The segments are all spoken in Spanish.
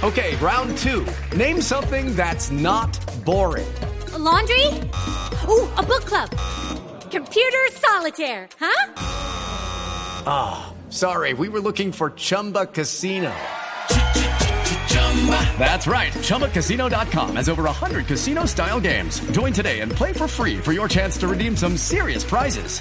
Okay, round two. Name something that's not boring. A laundry? Ooh, a book club. Computer solitaire, huh? Ah, sorry, we were looking for Chumba Casino. That's right, ChumbaCasino.com has over 100 casino-style games. Join today and play for free for your chance to redeem some serious prizes.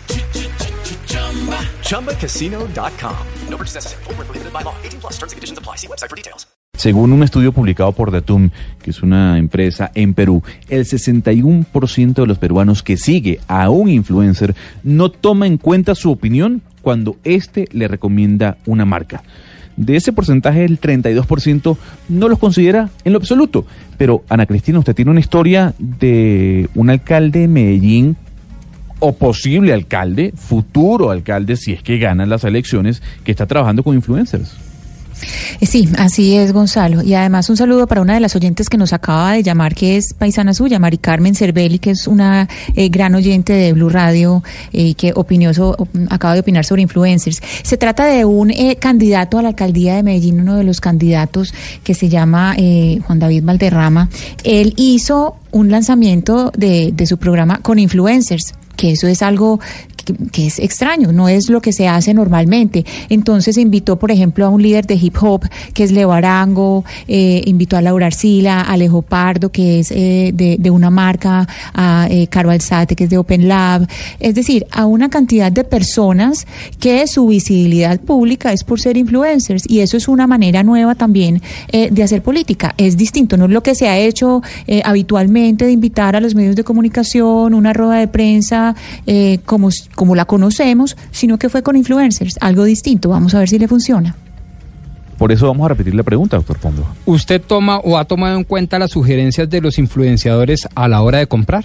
ChumbaCasino.com. No purchase necessary. Void where prohibited by law. 18+ terms and conditions apply. See website for details. Según un estudio publicado por Datum, que es una empresa en Perú, el 61% de los peruanos que sigue a un influencer no toma en cuenta su opinión cuando éste le recomienda una marca. De ese porcentaje, el 32% no los considera en lo absoluto. Pero, Ana Cristina, usted tiene una historia de un alcalde de Medellín, o posible alcalde, futuro alcalde, si es que ganan las elecciones, que está trabajando con influencers. Sí, así es, Gonzalo. Y además un saludo para una de las oyentes que nos acaba de llamar, que es paisana suya, Mari Carmen Cervelli, que es una gran oyente de Blue Radio y que acaba de opinar sobre influencers. Se trata de un candidato a la alcaldía de Medellín, uno de los candidatos, que se llama Juan David Valderrama. Él hizo un lanzamiento de su programa con influencers, que eso es algo que es extraño, no es lo que se hace normalmente. Entonces invitó, por ejemplo, a un líder de hip hop, que es Leo Arango, invitó a Laura Arcila, a Alejo Pardo, que es de una marca, a Caro Alzate, que es de Open Lab, es decir, a una cantidad de personas que su visibilidad pública es por ser influencers, y eso es una manera nueva también de hacer política. Es distinto, no es lo que se ha hecho habitualmente, de invitar a los medios de comunicación, una rueda de prensa, como la conocemos, sino que fue con influencers, algo distinto. Vamos a ver si le funciona. Por eso vamos a repetir la pregunta, doctor Fondo. ¿Usted toma o ha tomado en cuenta las sugerencias de los influenciadores a la hora de comprar?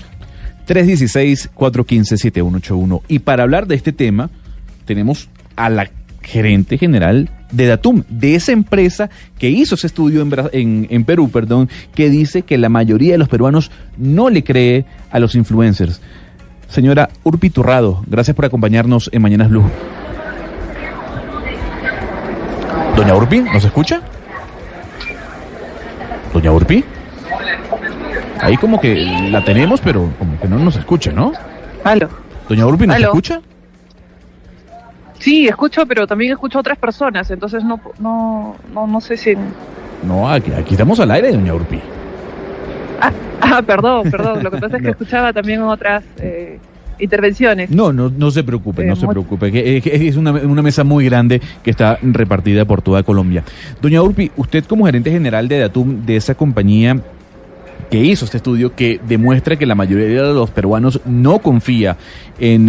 316-415-7181. Y para hablar de este tema, tenemos a la gerente general de Datum, de esa empresa que hizo ese estudio en Perú, que dice que la mayoría de los peruanos no le cree a los influencers. Señora Urpi Turrado, gracias por acompañarnos en Mañanas Blue. Doña Urpi, ¿nos escucha? Doña Urpi. Ahí como que la tenemos, pero como que no nos escucha, ¿no? Aló. Doña Urpi, ¿nos escucha? Sí, escucho, pero también escucho a otras personas, entonces no sé si... No, aquí estamos al aire, doña Urpi. Perdón, lo que pasa es que escuchaba también otras intervenciones. No se preocupe, que es una mesa muy grande que está repartida por toda Colombia. Doña Urpi, usted como gerente general de Datum, de esa compañía que hizo este estudio que demuestra que la mayoría de los peruanos no confía en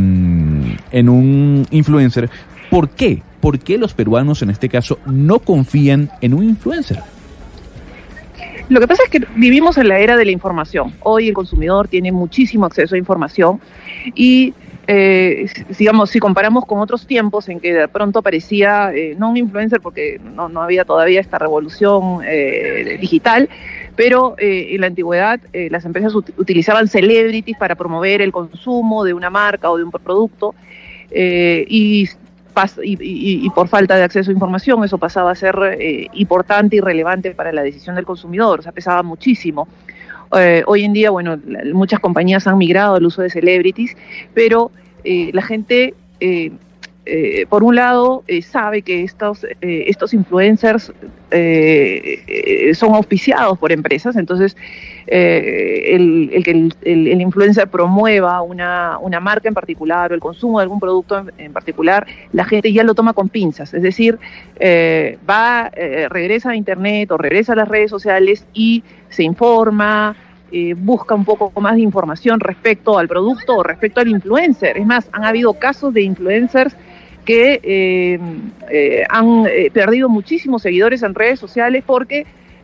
un influencer, ¿por qué? ¿Por qué los peruanos en este caso no confían en un influencer? Lo que pasa es que vivimos en la era de la información. Hoy el consumidor tiene muchísimo acceso a información y, digamos, si comparamos con otros tiempos en que de pronto aparecía, no un influencer porque no había todavía esta revolución digital, pero en la antigüedad las empresas utilizaban celebrities para promover el consumo de una marca o de un producto y por falta de acceso a información eso pasaba a ser importante y relevante para la decisión del consumidor, o sea, pesaba muchísimo. Hoy en día, bueno, muchas compañías han migrado al uso de celebrities, pero la gente, por un lado, sabe que estos influencers son auspiciados por empresas, entonces el que el influencer promueva una marca en particular o el consumo de algún producto en particular, la gente ya lo toma con pinzas, es decir, regresa a internet o regresa a las redes sociales y se informa, busca un poco más de información respecto al producto o respecto al influencer. Es más, han habido casos de influencers que han perdido muchísimos seguidores en redes sociales porque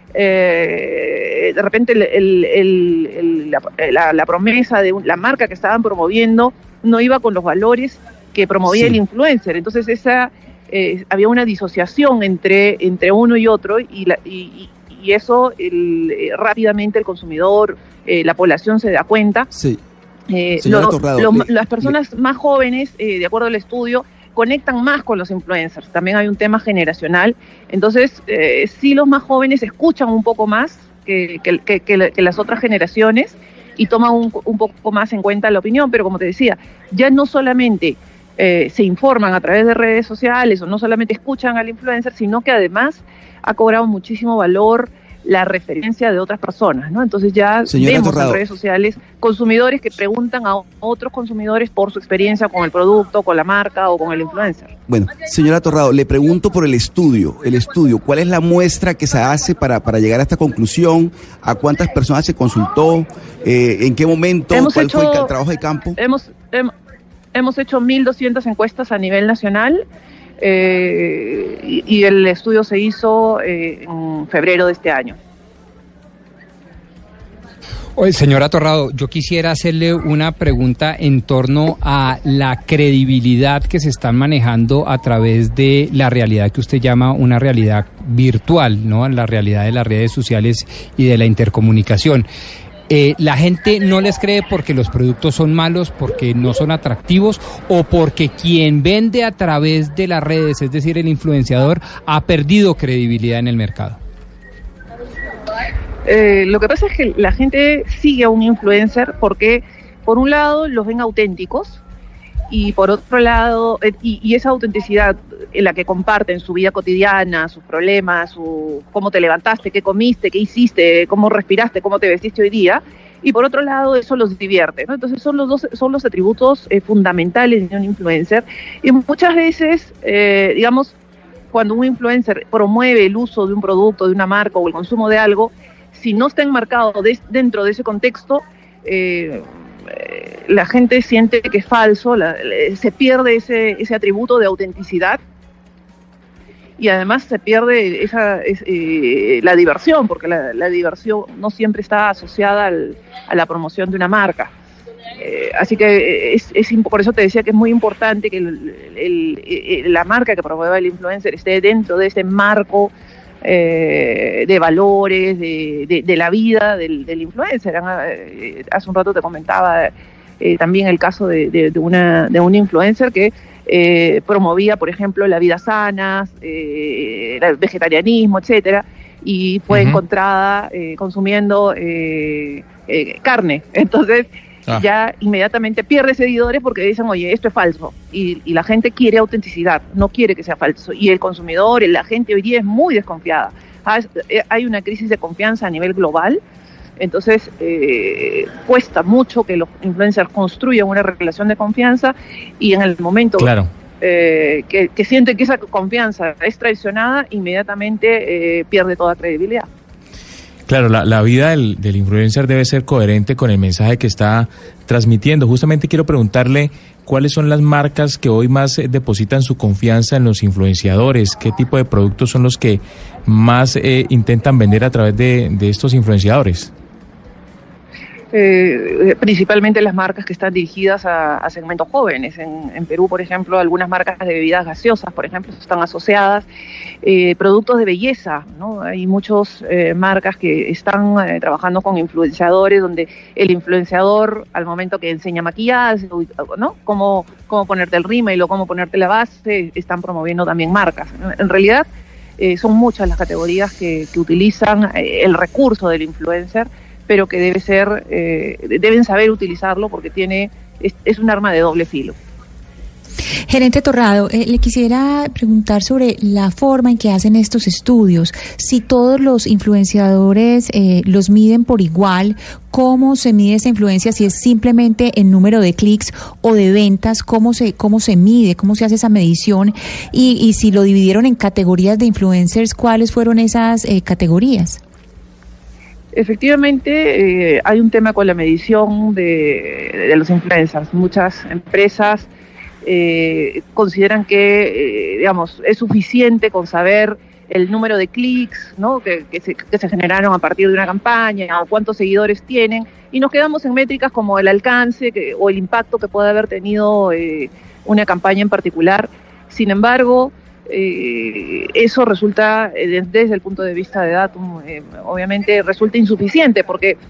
de repente la promesa de la marca que estaban promoviendo no iba con los valores que promovía el influencer. Entonces había una disociación entre uno y otro y eso rápidamente el consumidor, la población se da cuenta. Sí. Las personas más jóvenes, de acuerdo al estudio, conectan más con los influencers. También hay un tema generacional. Entonces, sí, los más jóvenes escuchan un poco más que las otras generaciones y toman un poco más en cuenta la opinión, pero como te decía, ya no solamente se informan a través de redes sociales o no solamente escuchan al influencer, sino que además ha cobrado muchísimo valor la referencia de otras personas, ¿no? Entonces ya Señora vemos Torrado, en redes sociales consumidores que preguntan a otros consumidores por su experiencia con el producto, con la marca o con el influencer. bueno, señora Torrado, le pregunto por el estudio, ¿cuál es la muestra que se hace para llegar a esta conclusión? ¿A cuántas personas se consultó? ¿En qué momento? ¿Cuál fue el trabajo de campo? Hemos hecho 1.200 encuestas a nivel nacional. Y el estudio se hizo en febrero de este año. Oye, señora Torrado, yo quisiera hacerle una pregunta en torno a la credibilidad que se están manejando a través de la realidad que usted llama una realidad virtual, ¿no? La realidad de las redes sociales y de la intercomunicación. ¿La gente no les cree porque los productos son malos, porque no son atractivos o porque quien vende a través de las redes, es decir, el influenciador, ha perdido credibilidad en el mercado? Lo que pasa es que la gente sigue a un influencer porque, por un lado, los ven auténticos y por otro lado, y esa autenticidad en la que comparten su vida cotidiana, sus problemas, cómo te levantaste, qué comiste, qué hiciste, cómo respiraste, cómo te vestiste hoy día, y por otro lado eso los divierte, ¿no? Entonces son los atributos fundamentales de un influencer, y muchas veces, digamos, cuando un influencer promueve el uso de un producto, de una marca o el consumo de algo, si no está enmarcado dentro de ese contexto, la gente siente que es falso, se pierde ese atributo de autenticidad y además se pierde la diversión, porque la diversión no siempre está asociada a la promoción de una marca. Así que por eso te decía que es muy importante que la marca que promueva el influencer esté dentro de ese marco de valores, de la vida del influencer. Hace un rato te comentaba también el caso de un influencer que promovía, por ejemplo, la vida sana, el vegetarianismo, etcétera, y fue encontrada consumiendo carne. Entonces ya inmediatamente pierde seguidores porque dicen, oye, esto es falso, y la gente quiere autenticidad, no quiere que sea falso, y el consumidor, la gente hoy día es muy desconfiada. Hay una crisis de confianza a nivel global, entonces cuesta mucho que los influencers construyan una relación de confianza, y en el momento que sienten que esa confianza es traicionada, inmediatamente pierde toda credibilidad. Claro, la vida del influencer debe ser coherente con el mensaje que está transmitiendo. Justamente quiero preguntarle cuáles son las marcas que hoy más depositan su confianza en los influenciadores, qué tipo de productos son los que más intentan vender a través de estos influenciadores. Principalmente las marcas que están dirigidas a segmentos jóvenes. En Perú, por ejemplo, algunas marcas de bebidas gaseosas, por ejemplo, están asociadas. Productos de belleza, ¿no? Hay muchas marcas que están trabajando con influenciadores, donde el influenciador, al momento que enseña maquillaje, ¿no? Cómo ponerte el rímel o cómo ponerte la base, están promoviendo también marcas. En realidad, son muchas las categorías que utilizan el recurso del influencer, pero que deben saber utilizarlo porque es un arma de doble filo. Gerente Torrado, le quisiera preguntar sobre la forma en que hacen estos estudios. Si todos los influenciadores los miden por igual, ¿cómo se mide esa influencia? Si es simplemente el número de clics o de ventas, ¿cómo se mide? ¿Cómo se hace esa medición? Y si lo dividieron en categorías de influencers, ¿cuáles fueron esas categorías? Efectivamente, hay un tema con la medición de los influencers. Muchas empresas consideran que, digamos, es suficiente con saber el número de clics, ¿no? que se generaron a partir de una campaña, o cuántos seguidores tienen, y nos quedamos en métricas como el alcance o el impacto que puede haber tenido una campaña en particular. Sin embargo, eso resulta, desde el punto de vista de datos, obviamente resulta insuficiente, porque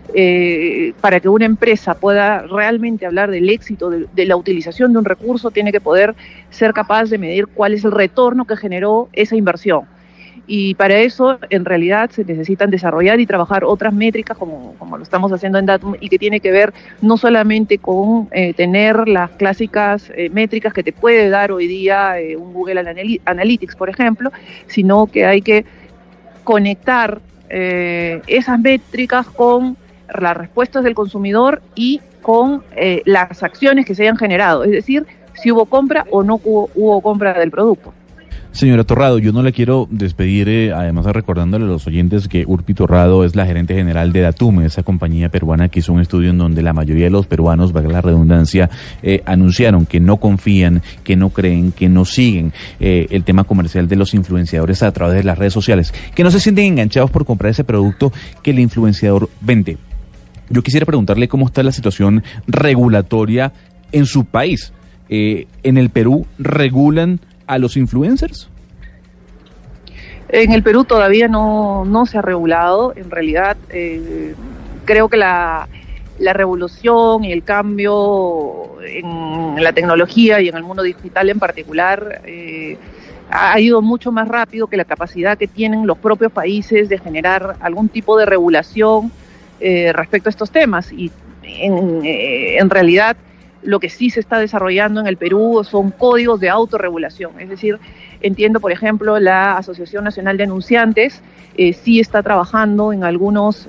para que una empresa pueda realmente hablar del éxito de la utilización de un recurso, tiene que poder ser capaz de medir cuál es el retorno que generó esa inversión. Y para eso, en realidad, se necesitan desarrollar y trabajar otras métricas, como lo estamos haciendo en Datum, y que tiene que ver no solamente con tener las clásicas métricas que te puede dar hoy día un Google Analytics, por ejemplo, sino que hay que conectar esas métricas con las respuestas del consumidor y con las acciones que se hayan generado, es decir, si hubo compra o no hubo compra del producto. Señora Torrado, yo no le quiero despedir, además recordándole a los oyentes que Urpi Torrado es la gerente general de Datum, esa compañía peruana que hizo un estudio en donde la mayoría de los peruanos, valga la redundancia, anunciaron que no confían, que no creen, que no siguen el tema comercial de los influenciadores a través de las redes sociales, que no se sienten enganchados por comprar ese producto que el influenciador vende. Yo quisiera preguntarle cómo está la situación regulatoria en su país. ¿En el Perú regulan a los influencers? En el Perú todavía no se ha regulado. En realidad, creo que la revolución y el cambio en la tecnología y en el mundo digital en particular ha ido mucho más rápido que la capacidad que tienen los propios países de generar algún tipo de regulación respecto a estos temas. Y en realidad, lo que sí se está desarrollando en el Perú son códigos de autorregulación, es decir, entiendo, por ejemplo, la Asociación Nacional de Anunciantes sí está trabajando en algunos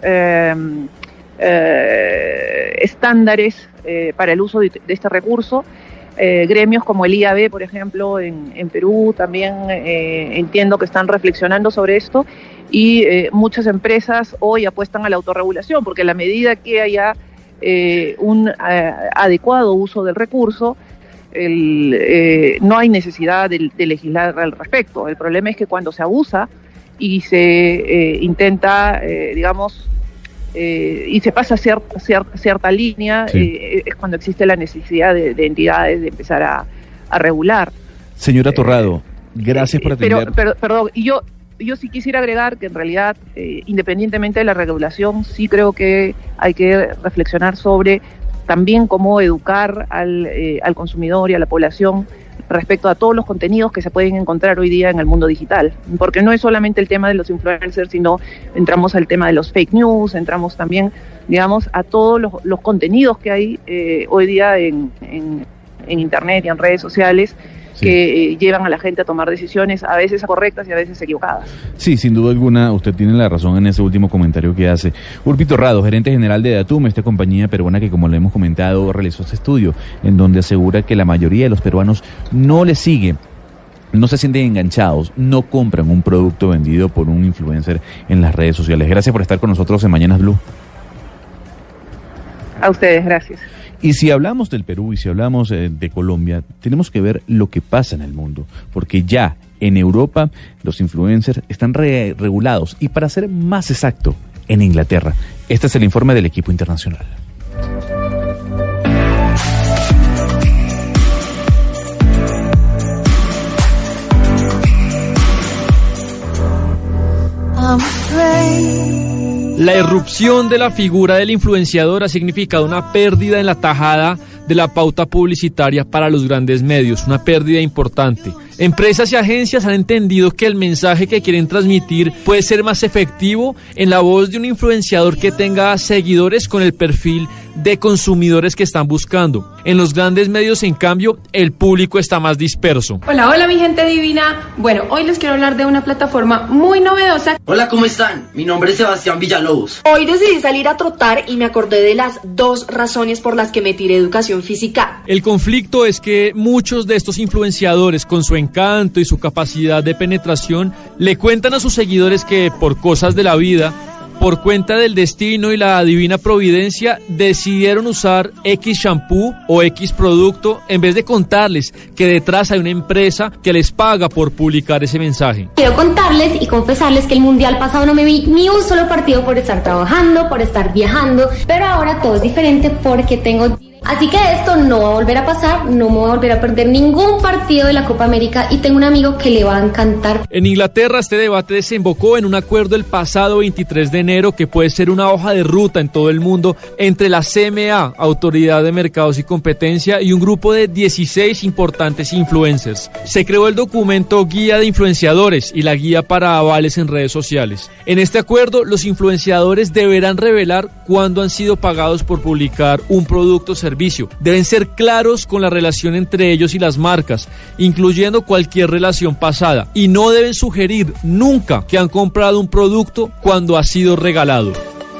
estándares para el uso de este recurso. Gremios como el IAB, por ejemplo, en Perú también entiendo que están reflexionando sobre esto, y muchas empresas hoy apuestan a la autorregulación, porque a la medida que haya un adecuado uso del recurso, no hay necesidad de legislar al respecto. El problema es que cuando se abusa y se intenta, y se pasa cierta línea, sí, es cuando existe la necesidad de entidades de empezar a regular. Señora Torrado, gracias por atender. Perdón, y yo sí quisiera agregar que en realidad, independientemente de la regulación, sí creo que hay que reflexionar sobre también cómo educar al consumidor y a la población respecto a todos los contenidos que se pueden encontrar hoy día en el mundo digital, porque no es solamente el tema de los influencers, sino entramos al tema de los fake news, entramos también, digamos, a todos los contenidos que hay hoy día en internet y en redes sociales, sí, que llevan a la gente a tomar decisiones a veces correctas y a veces equivocadas. Sí, sin duda alguna, usted tiene la razón en ese último comentario que hace. Urpi Torrado, gerente general de Datum, esta compañía peruana que, como le hemos comentado, realizó este estudio en donde asegura que la mayoría de los peruanos no le sigue, no se sienten enganchados, no compran un producto vendido por un influencer en las redes sociales. Gracias por estar con nosotros en Mañanas Blue. A ustedes, gracias. Y si hablamos del Perú y si hablamos de Colombia, tenemos que ver lo que pasa en el mundo, porque ya en Europa los influencers están regulados, y para ser más exacto, en Inglaterra. Este es el informe del equipo internacional. La irrupción de la figura del influenciador ha significado una pérdida en la tajada de la pauta publicitaria para los grandes medios, una pérdida importante. Empresas y agencias han entendido que el mensaje que quieren transmitir puede ser más efectivo en la voz de un influenciador que tenga seguidores con el perfil de consumidores que están buscando. En los grandes medios, en cambio, el público está más disperso. Hola mi gente divina. Bueno, hoy les quiero hablar de una plataforma muy novedosa. Hola, ¿cómo están? Mi nombre es Sebastián Villalobos. Hoy decidí salir a trotar y me acordé de las 2 razones por las que me tiré educación física. El conflicto es que muchos de estos influenciadores, con su encanto y su capacidad de penetración, le cuentan a sus seguidores que por cosas de la vida, por cuenta del destino y la divina providencia, decidieron usar X shampoo o X producto en vez de contarles que detrás hay una empresa que les paga por publicar ese mensaje. Quiero contarles y confesarles que el mundial pasado no me vi ni un solo partido por estar trabajando, por estar viajando, pero ahora todo es diferente porque tengo Así que esto no va a volver a pasar, no me voy a volver a perder ningún partido de la Copa América y tengo un amigo que le va a encantar. En Inglaterra este debate desembocó en un acuerdo el pasado 23 de enero que puede ser una hoja de ruta en todo el mundo entre la CMA, Autoridad de Mercados y Competencia, y un grupo de 16 importantes influencers. Se creó el documento Guía de Influenciadores y la Guía para Avales en Redes Sociales. En este acuerdo, los influenciadores deberán revelar cuándo han sido pagados por publicar un producto o servicio. Deben ser claros con la relación entre ellos y las marcas, incluyendo cualquier relación pasada, y no deben sugerir nunca que han comprado un producto cuando ha sido regalado.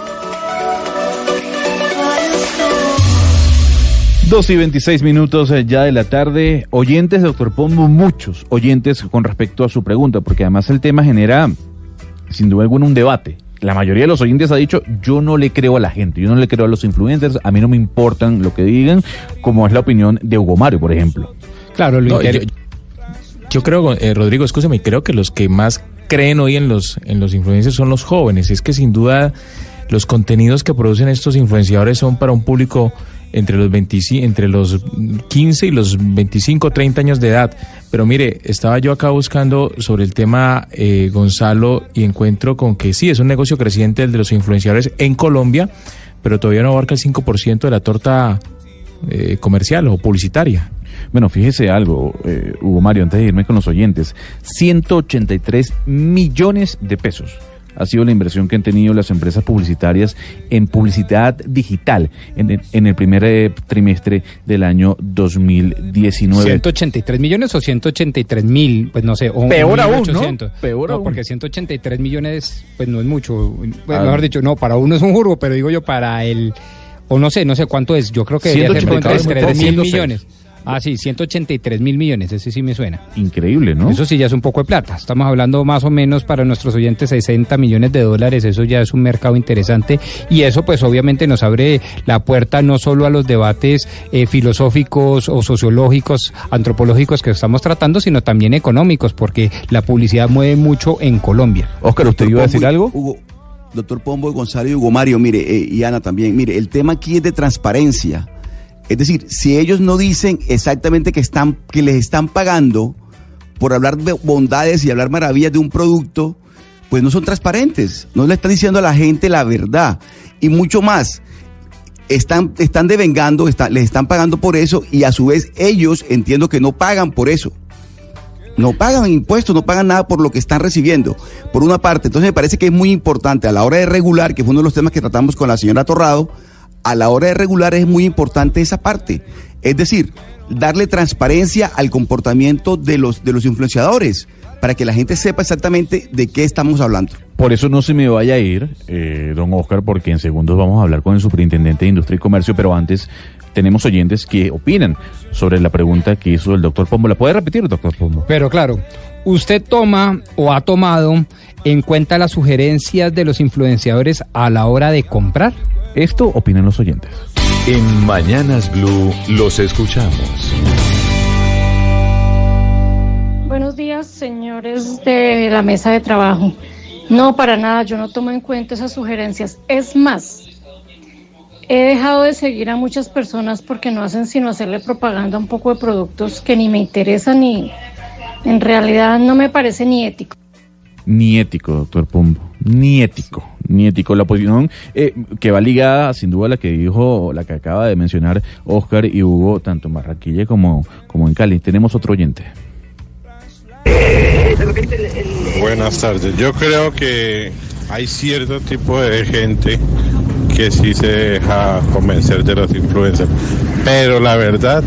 2:26 ya de la tarde. Oyentes, doctor Pombo, muchos oyentes con respecto a su pregunta, porque además el tema genera, sin duda alguna, un debate. La mayoría de los oyentes ha dicho, yo no le creo a la gente, yo no le creo a los influencers, a mí no me importan lo que digan, como es la opinión de Hugo Mario, por ejemplo. Claro, yo creo, Rodrigo, escúchame, creo que los que más creen hoy en los influencers son los jóvenes. Es que sin duda los contenidos que producen estos influenciadores son para un público entre los 15 y los 25, 30 años de edad. Pero mire, estaba yo acá buscando sobre el tema, Gonzalo, y encuentro con que sí, es un negocio creciente el de los influenciadores en Colombia, pero todavía no abarca el 5% de la torta comercial o publicitaria. Bueno, fíjese algo, Hugo Mario, antes de irme con los oyentes, 183 millones de pesos ha sido la inversión que han tenido las empresas publicitarias en publicidad digital en el primer trimestre del año 2019. 183 millones o 183 mil, pues no sé. O peor aún, ¿no? Peor aún. Porque 183 millones, pues no es mucho. Mejor dicho, no, para uno es un jurgo, pero digo yo para el, o no sé cuánto es. Yo creo que 183 mil millones. Ah, sí, 183 mil millones, ese sí me suena. Increíble, ¿no? Eso sí ya es un poco de plata. Estamos hablando más o menos para nuestros oyentes 60 millones de dólares, eso ya es un mercado interesante y eso pues obviamente nos abre la puerta no solo a los debates filosóficos o sociológicos, antropológicos que estamos tratando, sino también económicos, porque la publicidad mueve mucho en Colombia. Óscar, ¿usted iba a decir algo? Hugo, doctor Pombo, Gonzalo y Hugo Mario, mire, y Ana también, mire, el tema aquí es de transparencia. Es decir, si ellos no dicen exactamente que les están pagando por hablar de bondades y hablar maravillas de un producto, pues no son transparentes, no le están diciendo a la gente la verdad. Y mucho más, están devengando, les están pagando por eso y a su vez ellos entiendo que no pagan por eso. No pagan impuestos, no pagan nada por lo que están recibiendo, por una parte. Entonces me parece que es muy importante a la hora de regular, que fue uno de los temas que tratamos con la señora Torrado, a la hora de regular es muy importante esa parte, es decir, darle transparencia al comportamiento de los influenciadores para que la gente sepa exactamente de qué estamos hablando. Por eso no se me vaya a ir, don Óscar, porque en segundos vamos a hablar con el superintendente de Industria y Comercio, pero antes tenemos oyentes que opinan sobre la pregunta que hizo el doctor Pombo. ¿La puede repetir, doctor Pombo? Pero claro, ¿usted toma o ha tomado en cuenta las sugerencias de los influenciadores a la hora de comprar? Esto opinan los oyentes. En Mañanas Blue los escuchamos. Buenos días, señores de la mesa de trabajo. No, para nada, yo no tomo en cuenta esas sugerencias. Es más, he dejado de seguir a muchas personas porque no hacen sino hacerle propaganda a un poco de productos que ni me interesan ni en realidad no me parece ni ético. Ni ético, doctor Pombo, ni ético. La posición que va ligada sin duda a la que acaba de mencionar Óscar y Hugo, tanto en Barranquilla como en Cali. Tenemos otro oyente. Buenas tardes. Yo creo que hay cierto tipo de gente que sí se deja convencer de los influencers, pero la verdad,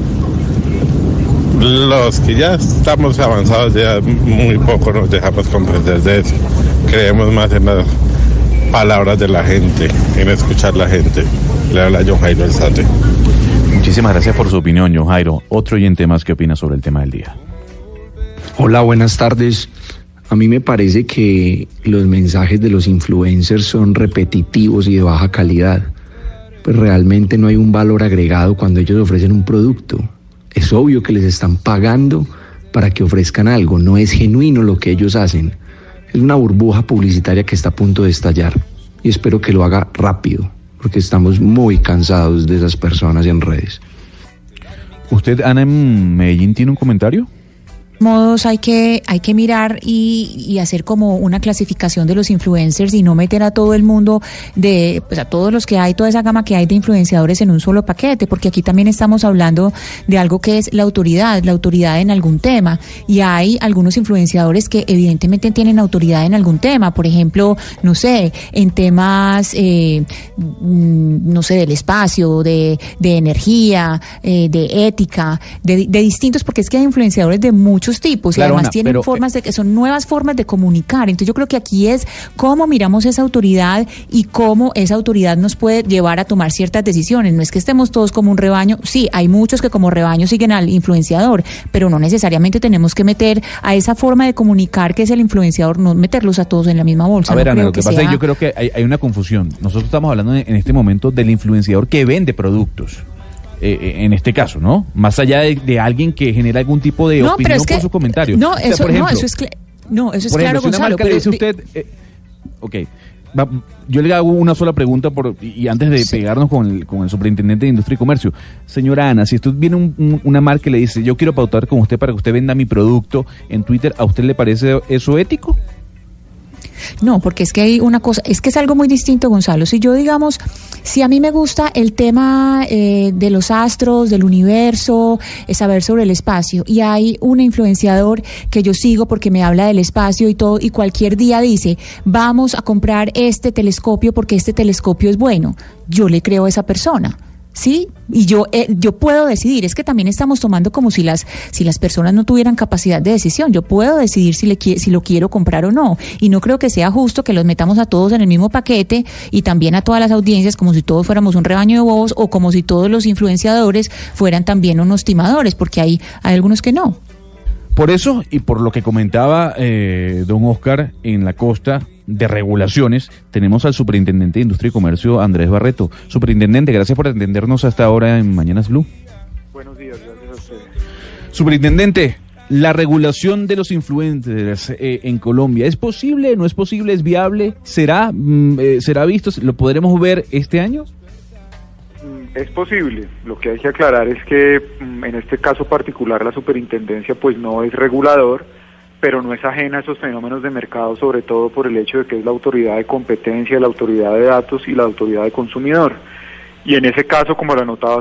los que ya estamos avanzados ya muy poco nos dejamos convencer de eso. Creemos más en las palabras de la gente, en escuchar la gente. Le habla John Jairo Alzate. Muchísimas gracias por su opinión, John Jairo. Otro oyente más que opina sobre el tema del día. Hola, buenas tardes. A mí me parece que los mensajes de los influencers son repetitivos y de baja calidad. Pues realmente no hay un valor agregado cuando ellos ofrecen un producto. Es obvio que les están pagando para que ofrezcan algo, no es genuino lo que ellos hacen. Es una burbuja publicitaria que está a punto de estallar y espero que lo haga rápido, porque estamos muy cansados de esas personas en redes. ¿Usted, Ana, en Medellín tiene un comentario? Modos hay que mirar y hacer como una clasificación de los influencers y no meter a todo el mundo pues a todos los que hay, toda esa gama que hay de influenciadores en un solo paquete, porque aquí también estamos hablando de algo que es la autoridad en algún tema, y hay algunos influenciadores que evidentemente tienen autoridad en algún tema, por ejemplo, no sé, en temas no sé, del espacio, de energía, de ética, de distintos, porque es que hay influenciadores de muchos tipos, claro, y además tienen formas que son nuevas formas de comunicar. Entonces yo creo que aquí es cómo miramos esa autoridad y cómo esa autoridad nos puede llevar a tomar ciertas decisiones. No es que estemos todos como un rebaño. Sí, hay muchos que como rebaño siguen al influenciador, pero no necesariamente tenemos que meter a esa forma de comunicar que es el influenciador, no meterlos a todos en la misma bolsa. A ver, Ana, lo que pasa es que yo creo que hay una confusión. Nosotros estamos hablando en este momento del influenciador que vende productos. En este caso, ¿no? Más allá de alguien que genera algún tipo de opinión por sus comentarios. No, eso, por ejemplo, eso es claro, si una marca le dice a usted, yo le hago una sola pregunta y antes de pegarnos con el superintendente de Industria y Comercio. Señora Ana, si usted viene una marca y le dice, yo quiero pautar con usted para que usted venda mi producto en Twitter, ¿a usted le parece eso ético? No, porque es que hay una cosa, es que es algo muy distinto, Gonzalo. Si yo, digamos, si a mí me gusta el tema de los astros, del universo, saber sobre el espacio, y hay un influenciador que yo sigo porque me habla del espacio y todo, y cualquier día dice, vamos a comprar este telescopio porque este telescopio es bueno, yo le creo a esa persona. Sí, y yo puedo decidir. Es que también estamos tomando como si las personas no tuvieran capacidad de decisión. Yo puedo decidir si lo quiero comprar o no, y no creo que sea justo que los metamos a todos en el mismo paquete y también a todas las audiencias como si todos fuéramos un rebaño de bobos o como si todos los influenciadores fueran también unos timadores, porque hay algunos que no. Por eso y por lo que comentaba don Oscar en la costa de regulaciones, tenemos al superintendente de Industria y Comercio, Andrés Barreto. Superintendente, gracias por atendernos hasta ahora en Mañanas Blue. Buenos días, gracias a ustedes. Superintendente, la regulación de los influencers en Colombia, ¿es posible, no es posible, es viable? ¿Será visto? ¿Lo podremos ver este año? Es posible. Lo que hay que aclarar es que en este caso particular la superintendencia pues no es regulador, pero no es ajena a esos fenómenos de mercado, sobre todo por el hecho de que es la autoridad de competencia, la autoridad de datos y la autoridad de consumidor. Y en ese caso, como lo anotaba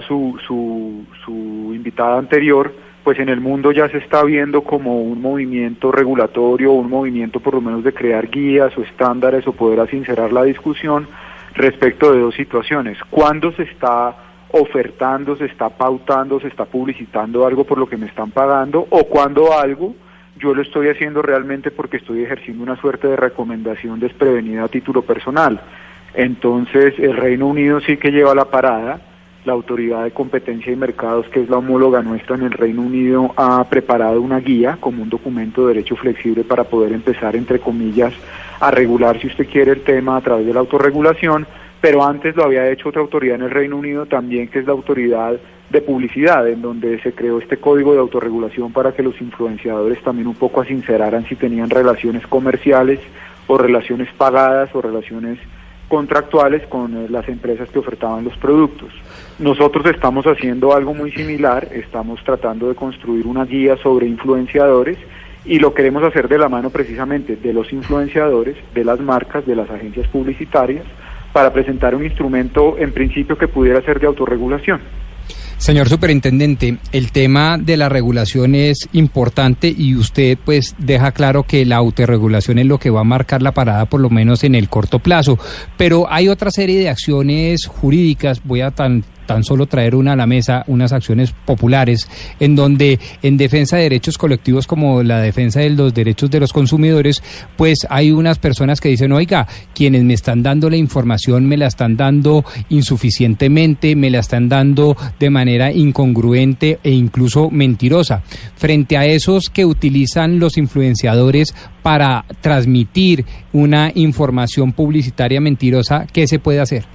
su invitada anterior, pues en el mundo ya se está viendo como un movimiento regulatorio, un movimiento por lo menos de crear guías o estándares o poder sincerar la discusión respecto de dos situaciones. ¿Cuándo se está ofertando, se está pautando, se está publicitando algo por lo que me están pagando, o cuando algo yo lo estoy haciendo realmente porque estoy ejerciendo una suerte de recomendación desprevenida a título personal? Entonces el Reino Unido sí que lleva la parada. La Autoridad de Competencia y Mercados, que es la homóloga nuestra en el Reino Unido, ha preparado una guía como un documento de derecho flexible para poder empezar, entre comillas, a regular, si usted quiere, el tema a través de la autorregulación, pero antes lo había hecho otra autoridad en el Reino Unido también, que es la Autoridad de Publicidad, en donde se creó este código de autorregulación para que los influenciadores también un poco asinceraran si tenían relaciones comerciales o relaciones pagadas o relaciones contractuales con las empresas que ofertaban los productos. Nosotros estamos haciendo algo muy similar, estamos tratando de construir una guía sobre influenciadores y lo queremos hacer de la mano precisamente de los influenciadores, de las marcas, de las agencias publicitarias, para presentar un instrumento en principio que pudiera ser de autorregulación. Señor superintendente, el tema de la regulación es importante y usted pues deja claro que la autorregulación es lo que va a marcar la parada por lo menos en el corto plazo, pero hay otra serie de acciones jurídicas, voy a tan solo traer una a la mesa, unas acciones populares, en donde en defensa de derechos colectivos como la defensa de los derechos de los consumidores, pues hay unas personas que dicen, oiga, quienes me están dando la información me la están dando insuficientemente, me la están dando de manera incongruente e incluso mentirosa. Frente a esos que utilizan los influenciadores para transmitir una información publicitaria mentirosa, ¿qué se puede hacer?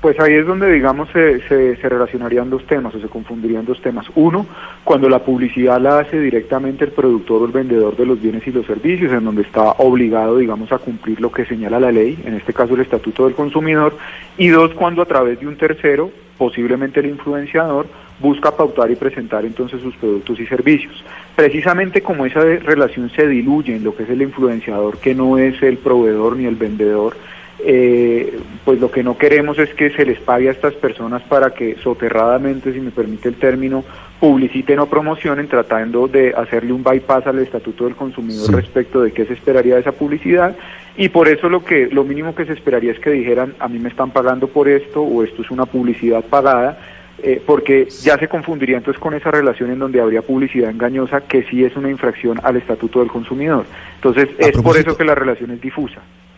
Pues ahí es donde, digamos, se relacionarían dos temas o se confundirían dos temas. Uno, cuando la publicidad la hace directamente el productor o el vendedor de los bienes y los servicios, en donde está obligado, digamos, a cumplir lo que señala la ley, en este caso el Estatuto del Consumidor. Y dos, cuando a través de un tercero, posiblemente el influenciador, busca pautar y presentar entonces sus productos y servicios. Precisamente como esa relación se diluye en lo que es el influenciador, que no es el proveedor ni el vendedor, pues lo que no queremos es que se les pague a estas personas para que soterradamente, si me permite el término, publiciten o promocionen, tratando de hacerle un bypass al Estatuto del Consumidor respecto de qué se esperaría de esa publicidad. Y por eso lo mínimo que se esperaría es que dijeran: a mí me están pagando por esto, o esto es una publicidad pagada, porque ya se confundiría entonces con esa relación en donde habría publicidad engañosa, que sí es una infracción al Estatuto del Consumidor. Entonces es por eso que la relación es difusa.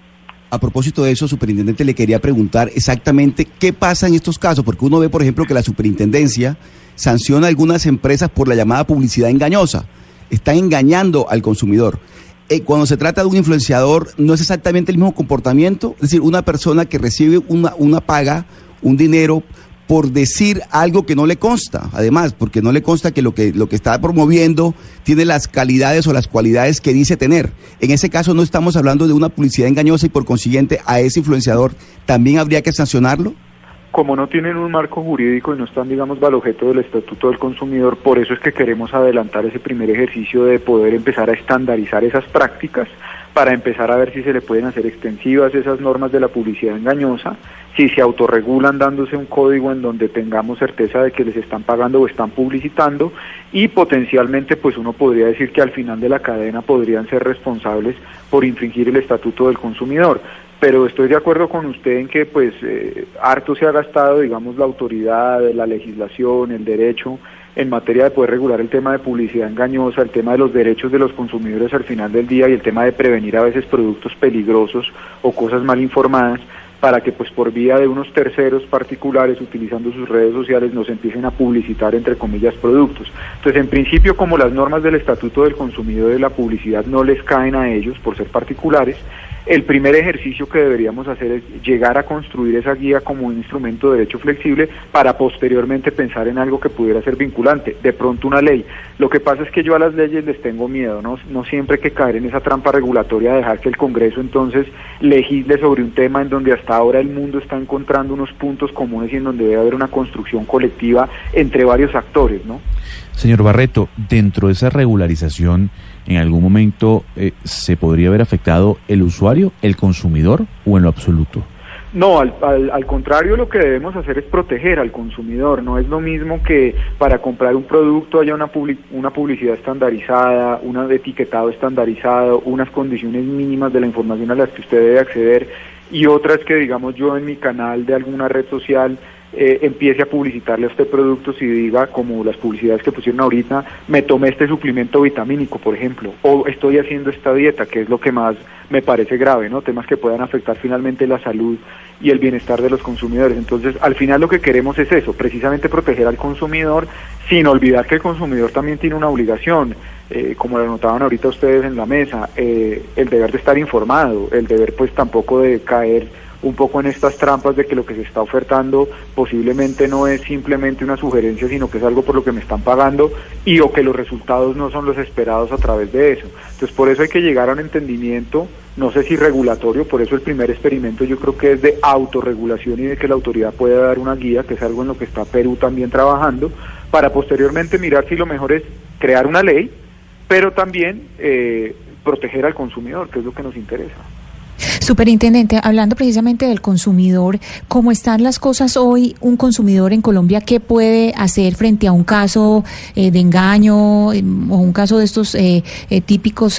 A propósito de eso, superintendente, le quería preguntar exactamente qué pasa en estos casos, porque uno ve, por ejemplo, que la superintendencia sanciona a algunas empresas por la llamada publicidad engañosa. Están engañando al consumidor. Cuando se trata de un influenciador, no es exactamente el mismo comportamiento. Es decir, una persona que recibe una paga, un dinero, por decir algo que no le consta, además, porque no le consta que lo que está promoviendo tiene las calidades o las cualidades que dice tener. En ese caso no estamos hablando de una publicidad engañosa y por consiguiente a ese influenciador también habría que sancionarlo. Como no tienen un marco jurídico y no están, digamos, bajo objeto del Estatuto del Consumidor, por eso es que queremos adelantar ese primer ejercicio de poder empezar a estandarizar esas prácticas, para empezar a ver si se le pueden hacer extensivas esas normas de la publicidad engañosa, si se autorregulan dándose un código en donde tengamos certeza de que les están pagando o están publicitando, y potencialmente pues uno podría decir que al final de la cadena podrían ser responsables por infringir el Estatuto del Consumidor. Pero estoy de acuerdo con usted en que pues harto se ha gastado, digamos, la autoridad, la legislación, el derecho en materia de poder regular el tema de publicidad engañosa, el tema de los derechos de los consumidores al final del día y el tema de prevenir a veces productos peligrosos o cosas mal informadas, para que pues por vía de unos terceros particulares utilizando sus redes sociales nos empiecen a publicitar, entre comillas, productos. Entonces, en principio, como las normas del Estatuto del Consumidor de la publicidad no les caen a ellos por ser particulares, el primer ejercicio que deberíamos hacer es llegar a construir esa guía como un instrumento de derecho flexible para posteriormente pensar en algo que pudiera ser vinculante, de pronto una ley. Lo que pasa es que yo a las leyes les tengo miedo, no siempre hay que caer en esa trampa regulatoria de dejar que el Congreso entonces legisle sobre un tema en donde hasta ahora el mundo está encontrando unos puntos comunes y en donde debe haber una construcción colectiva entre varios actores, ¿no? Señor Barreto, dentro de esa regularización, ¿en algún momento se podría haber afectado el usuario, el consumidor, o en lo absoluto? No, al contrario, lo que debemos hacer es proteger al consumidor. No es lo mismo que para comprar un producto haya una publicidad estandarizada, un etiquetado estandarizado, unas condiciones mínimas de la información a las que usted debe acceder, y otras que, digamos, yo en mi canal de alguna red social empiece a publicitarle a usted productos y diga, como las publicidades que pusieron ahorita, me tomé este suplemento vitamínico, por ejemplo, o estoy haciendo esta dieta, que es lo que más me parece grave, ¿no? Temas que puedan afectar finalmente la salud y el bienestar de los consumidores. Entonces, al final lo que queremos es eso, precisamente proteger al consumidor, sin olvidar que el consumidor también tiene una obligación, como lo notaban ahorita ustedes en la mesa, el deber de estar informado, el deber pues tampoco de caer un poco en estas trampas de que lo que se está ofertando posiblemente no es simplemente una sugerencia, sino que es algo por lo que me están pagando y o que los resultados no son los esperados a través de eso. Entonces, por eso hay que llegar a un entendimiento, no sé si regulatorio, por eso el primer experimento yo creo que es de autorregulación y de que la autoridad pueda dar una guía, que es algo en lo que está Perú también trabajando, para posteriormente mirar si lo mejor es crear una ley, pero también proteger al consumidor, que es lo que nos interesa. Superintendente, hablando precisamente del consumidor, ¿cómo están las cosas hoy? Un consumidor en Colombia, ¿qué puede hacer frente a un caso de engaño o un caso de estos típicos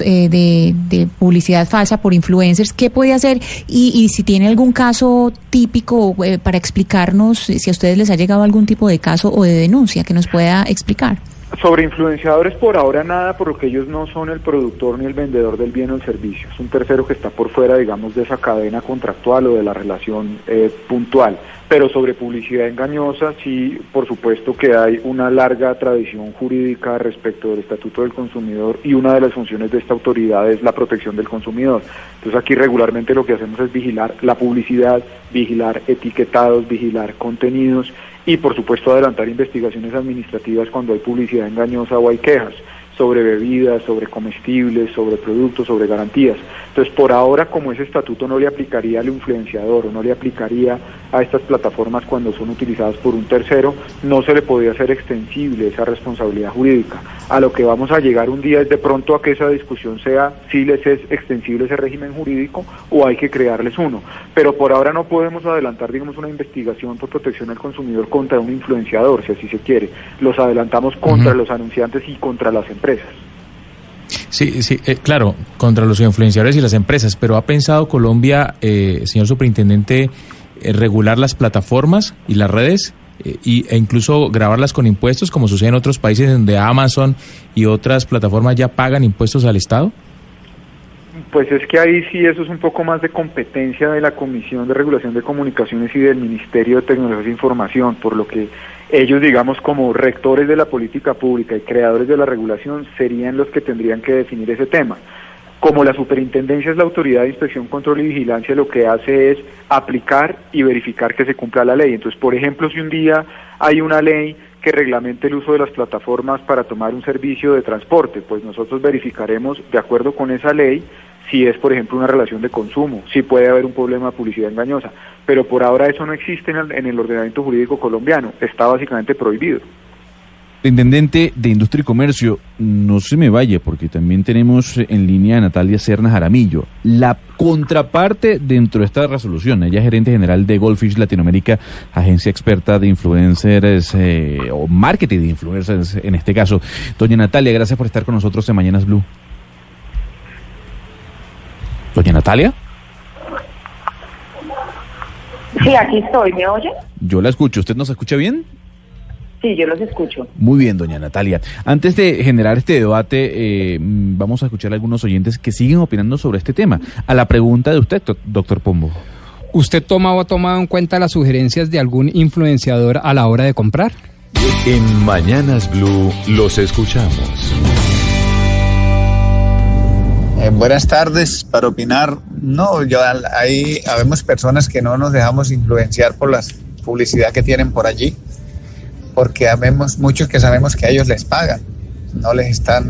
de publicidad falsa por influencers? ¿Qué puede hacer? Y si tiene algún caso típico para explicarnos, si a ustedes les ha llegado algún tipo de caso o de denuncia que nos pueda explicar. Sobre influenciadores por ahora nada, porque ellos no son el productor ni el vendedor del bien o el servicio, es un tercero que está por fuera, digamos, de esa cadena contractual o de la relación puntual. Pero sobre publicidad engañosa, sí, por supuesto que hay una larga tradición jurídica respecto del Estatuto del Consumidor, y una de las funciones de esta autoridad es la protección del consumidor. Entonces aquí regularmente lo que hacemos es vigilar la publicidad, vigilar etiquetados, vigilar contenidos, y por supuesto adelantar investigaciones administrativas cuando hay publicidad engañosa o hay quejas sobre bebidas, sobre comestibles, sobre productos, sobre garantías. Entonces, por ahora, como ese estatuto no le aplicaría al influenciador o no le aplicaría a estas plataformas cuando son utilizadas por un tercero, no se le podría hacer extensible esa responsabilidad jurídica. A lo que vamos a llegar un día es de pronto a que esa discusión sea si les es extensible ese régimen jurídico o hay que crearles uno. Pero por ahora no podemos adelantar, digamos, una investigación por protección al consumidor contra un influenciador, si así se quiere. Los adelantamos contra los anunciantes y contra las empresas. Sí, claro, contra los influenciadores y las empresas, pero ¿ha pensado Colombia, señor superintendente, regular las plataformas y las redes e incluso grabarlas con impuestos, como sucede en otros países donde Amazon y otras plataformas ya pagan impuestos al Estado? Pues es que ahí sí eso es un poco más de competencia de la Comisión de Regulación de Comunicaciones y del Ministerio de Tecnología de Información, por lo que ellos, digamos, como rectores de la política pública y creadores de la regulación, serían los que tendrían que definir ese tema. Como la superintendencia es la autoridad de inspección, control y vigilancia, lo que hace es aplicar y verificar que se cumpla la ley. Entonces, por ejemplo, si un día hay una ley que reglamente el uso de las plataformas para tomar un servicio de transporte, pues nosotros verificaremos, de acuerdo con esa ley, si es, por ejemplo, una relación de consumo, si puede haber un problema de publicidad engañosa, pero por ahora eso no existe en el ordenamiento jurídico colombiano, está básicamente prohibido. Intendente de Industria y Comercio, no se me vaya, porque también tenemos en línea a Natalia Serna Jaramillo, la contraparte dentro de esta resolución. Ella es gerente general de Goldfish Latinoamérica, agencia experta de influencers o marketing de influencers en este caso. Doña Natalia, gracias por estar con nosotros en Mañanas Blue. Doña Natalia. Sí, aquí estoy, ¿me oye? Yo la escucho, ¿usted nos escucha bien? Sí, yo los escucho. Muy bien, doña Natalia. Antes de generar este debate, vamos a escuchar a algunos oyentes que siguen opinando sobre este tema. A la pregunta de usted, doctor Pombo. ¿Usted toma o ha tomado en cuenta las sugerencias de algún influenciador a la hora de comprar? En Mañanas Blue los escuchamos. Buenas tardes. Para opinar, no, ahí habemos personas que no nos dejamos influenciar por la publicidad que tienen por allí, porque habemos muchos que sabemos que a ellos les pagan, no les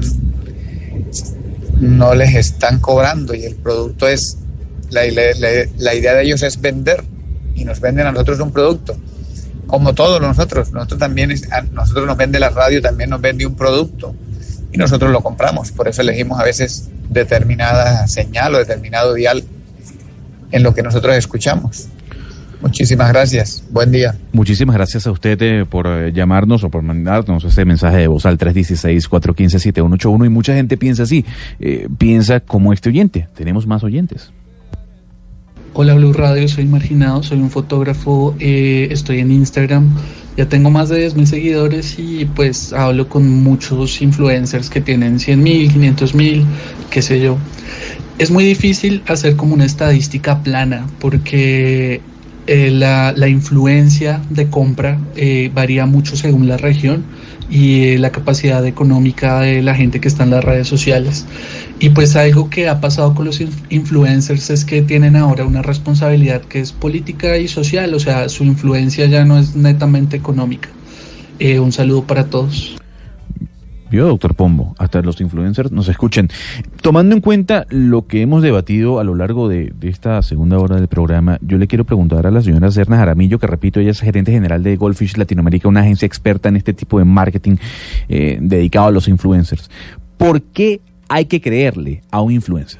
están cobrando, y el producto es, la idea de ellos es vender, y nos venden a nosotros un producto, como todos nosotros también, nosotros nos vende la radio, también nos vende un producto, y nosotros lo compramos. Por eso elegimos a veces determinada señal o determinado dial en lo que nosotros escuchamos. Muchísimas gracias. Buen día. Muchísimas gracias a usted por llamarnos o por mandarnos ese mensaje de voz al 316-415-7181. Y mucha gente piensa así, piensa como este oyente. Tenemos más oyentes. Hola Blue Radio, soy Marginado, soy un fotógrafo, estoy en Instagram, ya tengo más de 10,000 seguidores y pues hablo con muchos influencers que tienen 100,000, 500,000, qué sé yo. Es muy difícil hacer como una estadística plana porque la influencia de compra varía mucho según la región y la capacidad económica de la gente que está en las redes sociales. Y pues algo que ha pasado con los influencers es que tienen ahora una responsabilidad que es política y social, o sea, su influencia ya no es netamente económica. Un saludo para todos. Vio, doctor Pombo, hasta los influencers nos escuchan. Tomando en cuenta lo que hemos debatido a lo largo de esta segunda hora del programa, yo le quiero preguntar a la señora Serna Jaramillo, que repito, ella es gerente general de Goldfish Latinoamérica, una agencia experta en este tipo de marketing dedicado a los influencers. ¿Por qué hay que creerle a un influencer?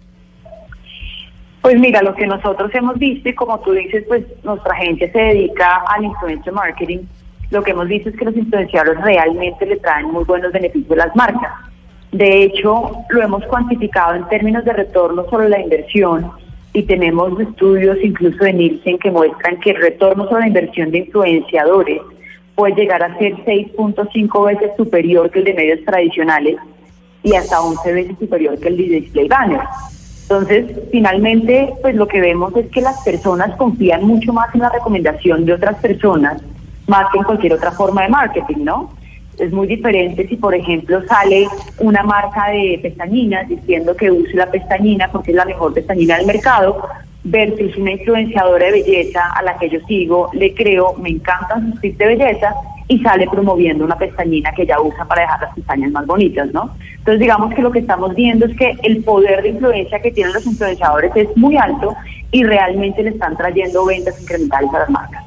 Pues mira, lo que nosotros hemos visto, y como tú dices, pues nuestra agencia se dedica al influencer marketing. Lo que hemos visto es que los influenciadores realmente le traen muy buenos beneficios a las marcas. De hecho, lo hemos cuantificado en términos de retorno sobre la inversión y tenemos estudios incluso de Nielsen que muestran que el retorno sobre la inversión de influenciadores puede llegar a ser 6.5 veces superior que el de medios tradicionales y hasta 11 veces superior que el de display banner. Entonces, finalmente, pues lo que vemos es que las personas confían mucho más en la recomendación de otras personas, más que en cualquier otra forma de marketing, ¿no? Es muy diferente si, por ejemplo, sale una marca de pestañinas diciendo que use la pestañina porque es la mejor pestañina del mercado, versus una influenciadora de belleza a la que yo sigo, le creo, me encantan sus tips de belleza y sale promoviendo una pestañina que ella usa para dejar las pestañas más bonitas, ¿no? Entonces, digamos que lo que estamos viendo es que el poder de influencia que tienen los influenciadores es muy alto y realmente le están trayendo ventas incrementales a las marcas.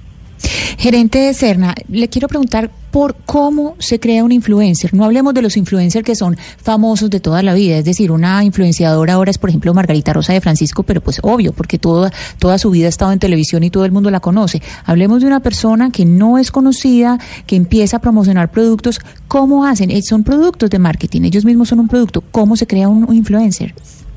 Gerente de Serna, le quiero preguntar por cómo se crea un influencer. No hablemos de los influencers que son famosos de toda la vida, es decir, una influenciadora ahora es, por ejemplo, Margarita Rosa de Francisco, pero pues obvio, porque toda su vida ha estado en televisión y todo el mundo la conoce. Hablemos de una persona que no es conocida, que empieza a promocionar productos. ¿Cómo hacen? Son productos de marketing, ellos mismos son un producto. ¿Cómo se crea un influencer?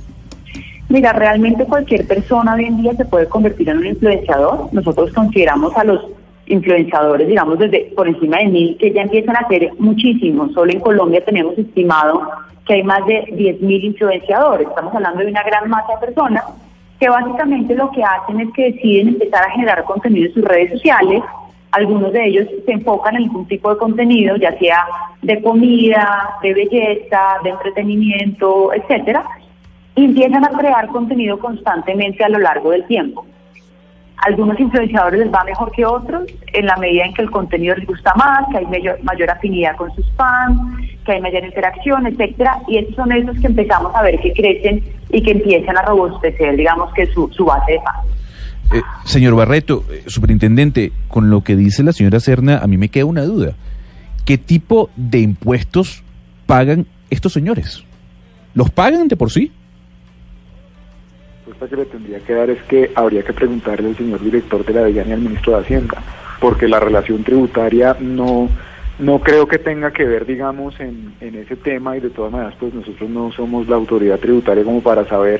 Mira, realmente cualquier persona hoy en día se puede convertir en un influenciador. Nosotros consideramos a los influenciadores, digamos, desde por encima de 1,000, que ya empiezan a ser muchísimos. Solo en Colombia tenemos estimado que hay más de 10,000 influenciadores. Estamos hablando de una gran masa de personas que básicamente lo que hacen es que deciden empezar a generar contenido en sus redes sociales. Algunos de ellos se enfocan en algún tipo de contenido, ya sea de comida, de belleza, de entretenimiento, etcétera, y empiezan a crear contenido constantemente a lo largo del tiempo. Algunos influenciadores les va mejor que otros, en la medida en que el contenido les gusta más, que hay mayor afinidad con sus fans, que hay mayor interacción, etcétera, y esos son esos que empezamos a ver que crecen y que empiezan a robustecer, digamos, que su base de fans. Señor Barreto, superintendente, con lo que dice la señora Serna, a mí me queda una duda. ¿Qué tipo de impuestos pagan estos señores? ¿Los pagan de por sí? La respuesta que le tendría que dar es que habría que preguntarle al señor director de la DIAN y al ministro de Hacienda, porque la relación tributaria no creo que tenga que ver, digamos, en ese tema, y de todas maneras, pues nosotros no somos la autoridad tributaria como para saber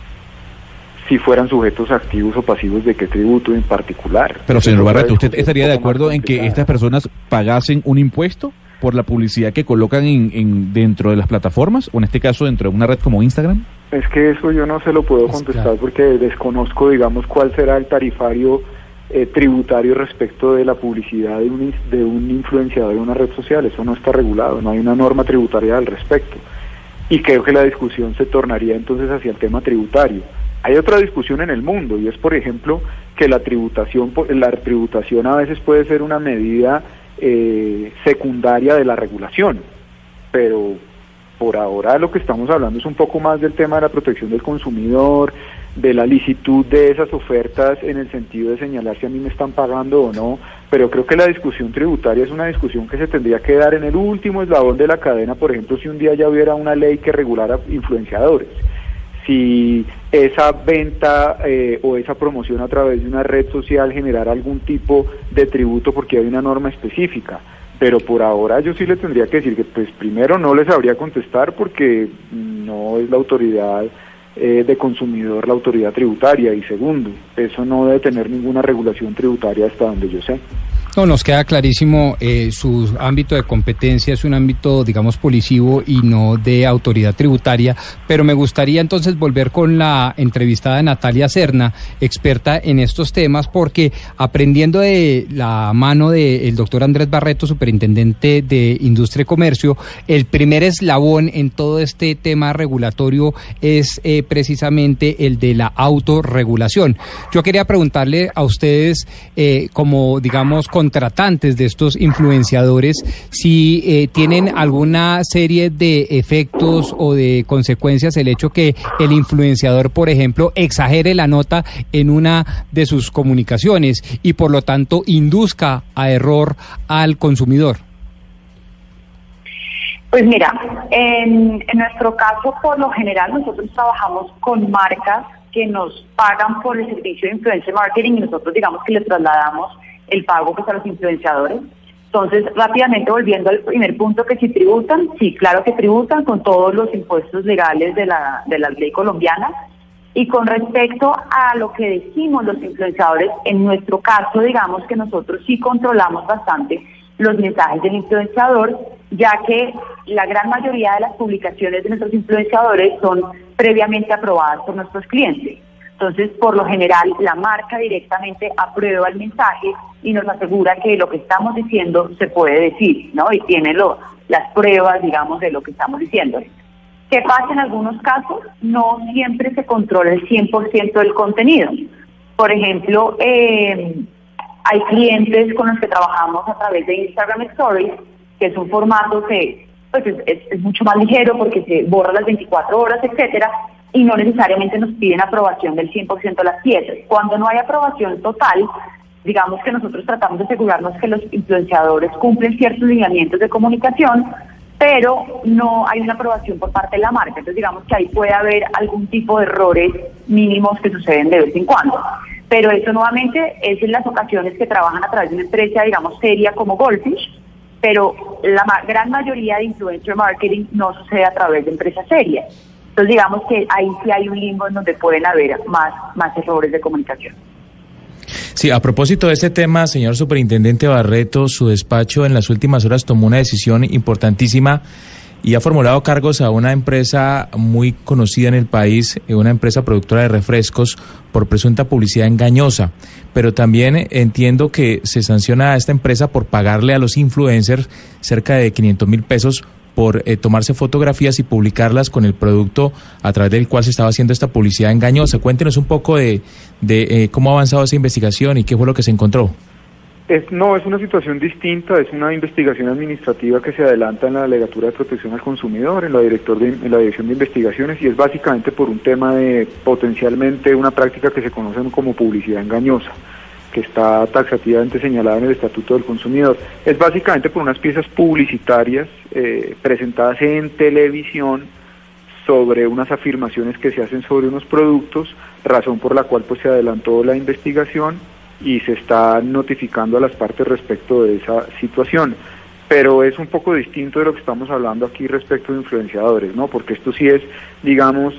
si fueran sujetos activos o pasivos de qué tributo en particular. Pero, señor Barreto, ¿usted estaría de acuerdo en que estas personas pagasen un impuesto por la publicidad que colocan dentro de las plataformas, o en este caso dentro de una red como Instagram? Es que eso yo no se lo puedo contestar porque desconozco, digamos, cuál será el tarifario tributario respecto de la publicidad de un influenciador en una red social. Eso no está regulado, no hay una norma tributaria al respecto. Y creo que la discusión se tornaría entonces hacia el tema tributario. Hay otra discusión en el mundo, y es, por ejemplo, que la tributación a veces puede ser una medida secundaria de la regulación, pero por ahora lo que estamos hablando es un poco más del tema de la protección del consumidor, de la licitud de esas ofertas en el sentido de señalar si a mí me están pagando o no, pero creo que la discusión tributaria es una discusión que se tendría que dar en el último eslabón de la cadena. Por ejemplo, si un día ya hubiera una ley que regulara influenciadores, si esa venta o esa promoción a través de una red social generara algún tipo de tributo porque hay una norma específica. Pero por ahora yo sí le tendría que decir que, pues, primero no les sabría contestar porque no es la autoridad de consumidor la autoridad tributaria, y segundo, eso no debe tener ninguna regulación tributaria hasta donde yo sé. No, nos queda clarísimo, su ámbito de competencia es un ámbito, digamos, policivo y no de autoridad tributaria, pero me gustaría entonces volver con la entrevistada Natalia Serna, experta en estos temas, porque aprendiendo de la mano del doctor Andrés Barreto, superintendente de Industria y Comercio, el primer eslabón en todo este tema regulatorio es precisamente el de la autorregulación. Yo quería preguntarle a ustedes, como, digamos, contratantes de estos influenciadores, si tienen alguna serie de efectos o de consecuencias el hecho que el influenciador, por ejemplo, exagere la nota en una de sus comunicaciones y por lo tanto induzca a error al consumidor. Pues mira, en nuestro caso, por lo general, nosotros trabajamos con marcas que nos pagan por el servicio de influencer marketing y nosotros, digamos, que le trasladamos el pago, pues, a los influenciadores. Entonces, rápidamente volviendo al primer punto, que si tributan, sí, claro que tributan con todos los impuestos legales de la ley colombiana. Y con respecto a lo que decimos los influenciadores, en nuestro caso, digamos que nosotros sí controlamos bastante los mensajes del influenciador, ya que la gran mayoría de las publicaciones de nuestros influenciadores son previamente aprobadas por nuestros clientes. Entonces, por lo general, la marca directamente aprueba el mensaje y nos asegura que lo que estamos diciendo se puede decir, ¿no? Y tiene las pruebas, digamos, de lo que estamos diciendo. ¿Qué pasa en algunos casos? No siempre se controla el 100% del contenido. Por ejemplo, hay clientes con los que trabajamos a través de Instagram Stories, que es un formato que pues es mucho más ligero porque se borra las 24 horas, etcétera, y no necesariamente nos piden aprobación del 100% de las piezas. Cuando no hay aprobación total, digamos que nosotros tratamos de asegurarnos que los influenciadores cumplen ciertos lineamientos de comunicación, pero no hay una aprobación por parte de la marca. Entonces digamos que ahí puede haber algún tipo de errores mínimos que suceden de vez en cuando. Pero eso nuevamente es en las ocasiones que trabajan a través de una empresa, digamos, seria como Goldfish, pero la gran mayoría de influencer marketing no sucede a través de empresas serias. Entonces digamos que ahí sí hay un limbo en donde pueden haber más errores de comunicación. Sí, a propósito de este tema, señor Superintendente Barreto, su despacho en las últimas horas tomó una decisión importantísima y ha formulado cargos a una empresa muy conocida en el país, una empresa productora de refrescos, por presunta publicidad engañosa. Pero también entiendo que se sanciona a esta empresa por pagarle a los influencers cerca de 500,000 pesos por tomarse fotografías y publicarlas con el producto a través del cual se estaba haciendo esta publicidad engañosa. Cuéntenos un poco de cómo ha avanzado esa investigación y qué fue lo que se encontró. No, es una situación distinta, es una investigación administrativa que se adelanta en la Delegatura de Protección al Consumidor, en la Dirección de Investigaciones, y es básicamente por un tema de potencialmente una práctica que se conoce como publicidad engañosa, que está taxativamente señalada en el Estatuto del Consumidor. Es básicamente por unas piezas publicitarias presentadas en televisión sobre unas afirmaciones que se hacen sobre unos productos, razón por la cual pues se adelantó la investigación y se está notificando a las partes respecto de esa situación. Pero es un poco distinto de lo que estamos hablando aquí respecto de influenciadores, ¿no? Porque esto sí es, digamos,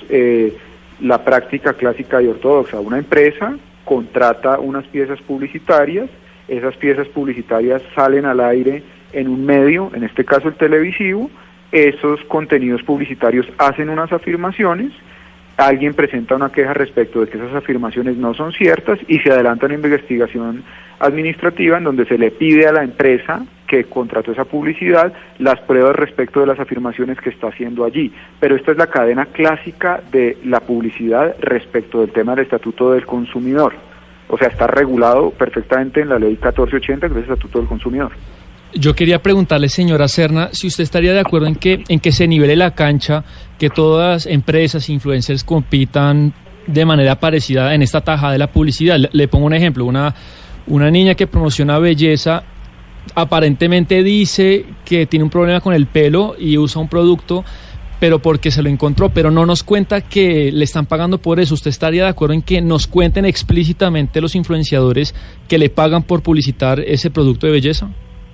la práctica clásica y ortodoxa. Una empresa contrata unas piezas publicitarias, esas piezas publicitarias salen al aire en un medio, en este caso el televisivo, esos contenidos publicitarios hacen unas afirmaciones, alguien presenta una queja respecto de que esas afirmaciones no son ciertas y se adelanta una investigación administrativa en donde se le pide a la empresa que contrató esa publicidad las pruebas respecto de las afirmaciones que está haciendo allí. Pero esta es la cadena clásica de la publicidad respecto del tema del Estatuto del Consumidor. O sea, está regulado perfectamente en la Ley 1480, que es el Estatuto del Consumidor. Yo quería preguntarle, señora Serna, si usted estaría de acuerdo en que se nivele la cancha, que todas empresas, influencers compitan de manera parecida en esta tajada de la publicidad. Le pongo un ejemplo, una niña que promociona belleza aparentemente dice que tiene un problema con el pelo y usa un producto, pero porque se lo encontró, pero no nos cuenta que le están pagando por eso. ¿Usted estaría de acuerdo en que nos cuenten explícitamente los influenciadores que le pagan por publicitar ese producto de belleza?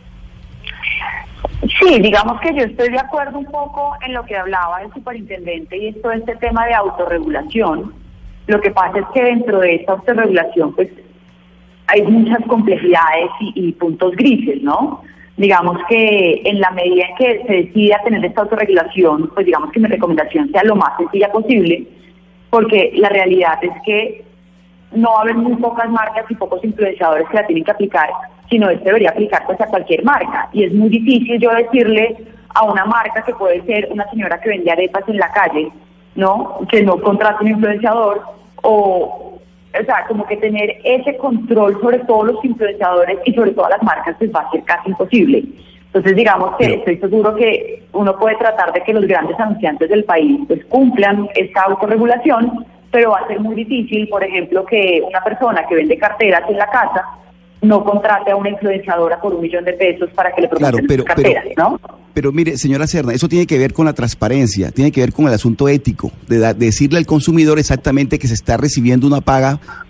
Sí, digamos que yo estoy de acuerdo un poco en lo que hablaba el superintendente y es todo este tema de autorregulación. Lo que pasa es que dentro de esta autorregulación pues hay muchas complejidades y puntos grises, ¿no? Digamos que en la medida en que se decida tener esta autorregulación, pues digamos que mi recomendación sea lo más sencilla posible, porque la realidad es que no va a haber muy pocas marcas y pocos influenciadores que la tienen que aplicar, sino esto debería aplicar pues a cualquier marca. Y es muy difícil yo decirle a una marca que puede ser una señora que vende arepas en la calle, ¿no? Que no contrate un influenciador, o sea, como que tener ese control sobre todos los influenciadores y sobre todas las marcas pues va a ser casi imposible. Entonces digamos que estoy seguro que uno puede tratar de que los grandes anunciantes del país pues cumplan esta autorregulación, pero va a ser muy difícil, por ejemplo, que una persona que vende carteras en la casa no contrate a una influenciadora por $1 millón para que le promocione sus carteras, ¿no? Pero mire, señora Serna, eso tiene que ver con la transparencia, tiene que ver con el asunto ético, de decirle al consumidor exactamente que se está recibiendo una paga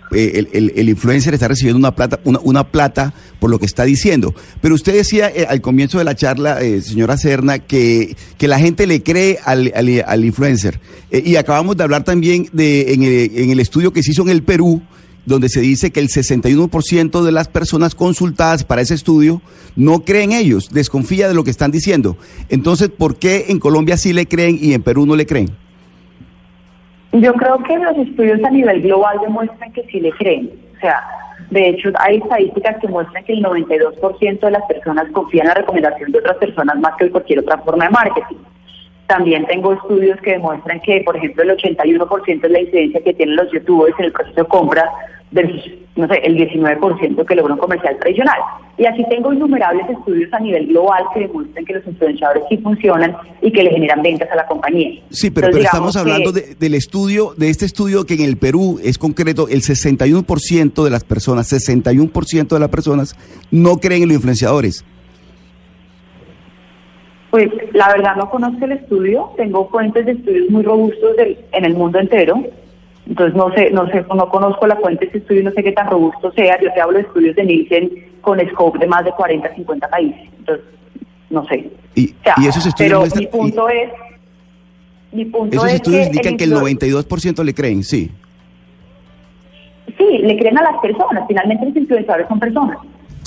el influencer está recibiendo una plata por lo que está diciendo. Pero usted decía al comienzo de la charla, señora Serna, que la gente le cree al influencer. Y acabamos de hablar también en el estudio que se hizo en el Perú, donde se dice que el 61% de las personas consultadas para ese estudio no creen ellos, desconfía de lo que están diciendo. Entonces, ¿por qué en Colombia sí le creen y en Perú no le creen? Yo creo que los estudios a nivel global demuestran que sí le creen. O sea, de hecho, hay estadísticas que muestran que el 92% de las personas confían en la recomendación de otras personas más que en cualquier otra forma de marketing. También tengo estudios que demuestran que, por ejemplo, el 81% es la incidencia que tienen los youtubers en el proceso de compra versus, no sé, el 19% que logra un comercial tradicional. Y así tengo innumerables estudios a nivel global que demuestran que los influenciadores sí funcionan y que le generan ventas a la compañía. Sí, pero estamos hablando del estudio, de este estudio que en el Perú es concreto, el 61% de las personas, 61% de las personas no creen en los influenciadores. Pues la verdad no conozco el estudio, tengo fuentes de estudios muy robustos en el mundo entero, entonces no conozco la fuente de este estudio, no sé qué tan robusto sea. Yo te hablo de estudios de Nielsen con scope de más de 40, 50 países, entonces no sé. Y esos estudios pero mi punto es esos estudios indican que el 92% le creen, sí. Sí, le creen a las personas, finalmente los influenciadores son personas.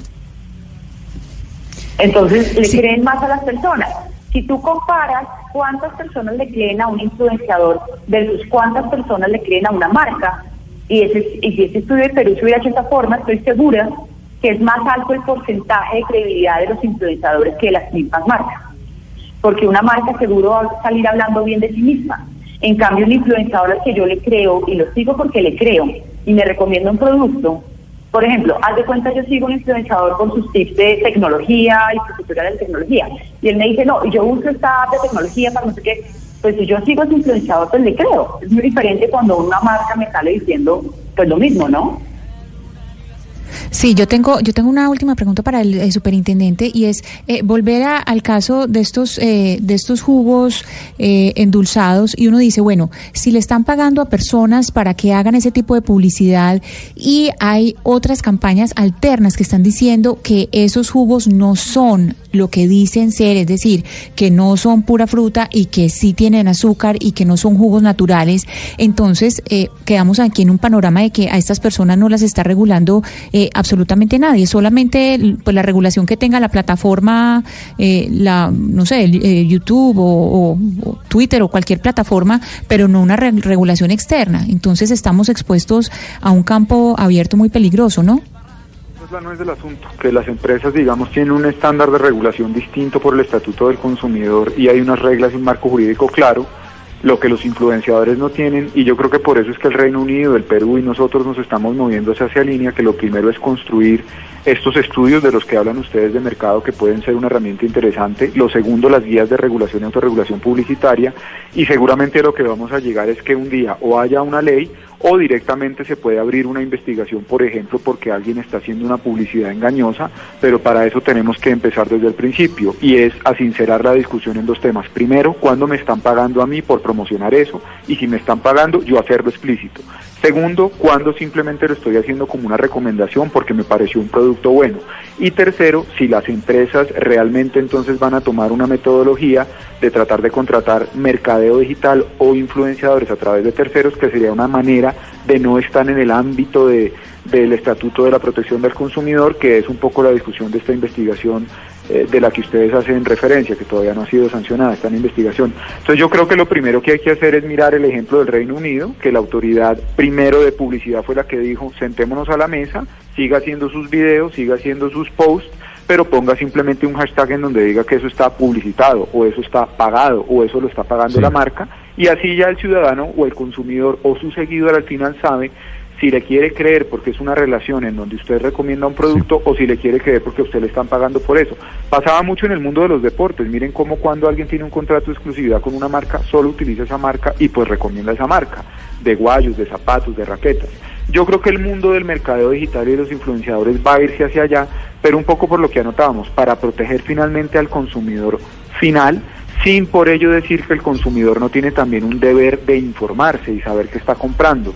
Entonces le creen más a las personas. Si tú comparas cuántas personas le creen a un influenciador versus cuántas personas le creen a una marca, y si ese estudio de Perú se hubiera hecho de esta forma, estoy segura que es más alto el porcentaje de credibilidad de los influenciadores que de las mismas marcas. Porque una marca seguro va a salir hablando bien de sí misma. En cambio, un influenciador al que yo le creo, y lo sigo porque le creo, y me recomienda un producto. Por ejemplo, haz de cuenta, yo sigo un influenciador con sus tips de tecnología y sus tutoriales de tecnología. Y él me dice, no, yo uso esta app de tecnología para no sé qué. Pues si yo sigo a ese influenciador, pues le creo. Es muy diferente cuando una marca me sale diciendo, pues lo mismo, ¿no? Sí, yo tengo una última pregunta para el superintendente, y es volver al caso de estos jugos endulzados, y uno dice, bueno, si le están pagando a personas para que hagan ese tipo de publicidad y hay otras campañas alternas que están diciendo que esos jugos no son lo que dicen ser, es decir, que no son pura fruta y que sí tienen azúcar y que no son jugos naturales, entonces quedamos aquí en un panorama de que a estas personas no las está regulando absolutamente nadie, solamente pues la regulación que tenga la plataforma, YouTube o Twitter o cualquier plataforma, pero no una regulación externa. Entonces estamos expuestos a un campo abierto muy peligroso, ¿no? No es del asunto, que las empresas, digamos, tienen un estándar de regulación distinto por el Estatuto del Consumidor y hay unas reglas y un marco jurídico claro, lo que los influenciadores no tienen, y yo creo que por eso es que el Reino Unido, el Perú y nosotros nos estamos moviendo hacia esa línea, que lo primero es construir estos estudios de los que hablan ustedes de mercado, que pueden ser una herramienta interesante. Lo segundo, las guías de regulación y autorregulación publicitaria, y seguramente lo que vamos a llegar es que un día o haya una ley o directamente se puede abrir una investigación, por ejemplo, porque alguien está haciendo una publicidad engañosa, pero para eso tenemos que empezar desde el principio, y es a sincerar la discusión en dos temas. Primero, ¿cuándo me están pagando a mí por promocionar eso? Y si me están pagando, yo hacerlo explícito. Segundo, ¿cuándo simplemente lo estoy haciendo como una recomendación porque me pareció un producto bueno? Y tercero, si las empresas realmente entonces van a tomar una metodología de tratar de contratar mercadeo digital o influenciadores a través de terceros, que sería una manera de no estar en el ámbito del Estatuto de la Protección del Consumidor, que es un poco la discusión de esta investigación de la que ustedes hacen referencia, que todavía no ha sido sancionada, está en investigación. Entonces yo creo que lo primero que hay que hacer es mirar el ejemplo del Reino Unido, que la autoridad primero de publicidad fue la que dijo, sentémonos a la mesa, siga haciendo sus videos, siga haciendo sus posts, pero ponga simplemente un hashtag en donde diga que eso está publicitado, o eso está pagado, o eso lo está pagando la marca, y así ya el ciudadano o el consumidor o su seguidor al final sabe si le quiere creer porque es una relación en donde usted recomienda un producto, o si le quiere creer porque a usted le están pagando por eso. Pasaba mucho en el mundo de los deportes. Miren cómo cuando alguien tiene un contrato de exclusividad con una marca, solo utiliza esa marca y pues recomienda esa marca, de guayos, de zapatos, de raquetas. Yo creo que el mundo del mercadeo digital y de los influenciadores va a irse hacia allá, pero un poco por lo que anotábamos, para proteger finalmente al consumidor final, sin por ello decir que el consumidor no tiene también un deber de informarse y saber qué está comprando.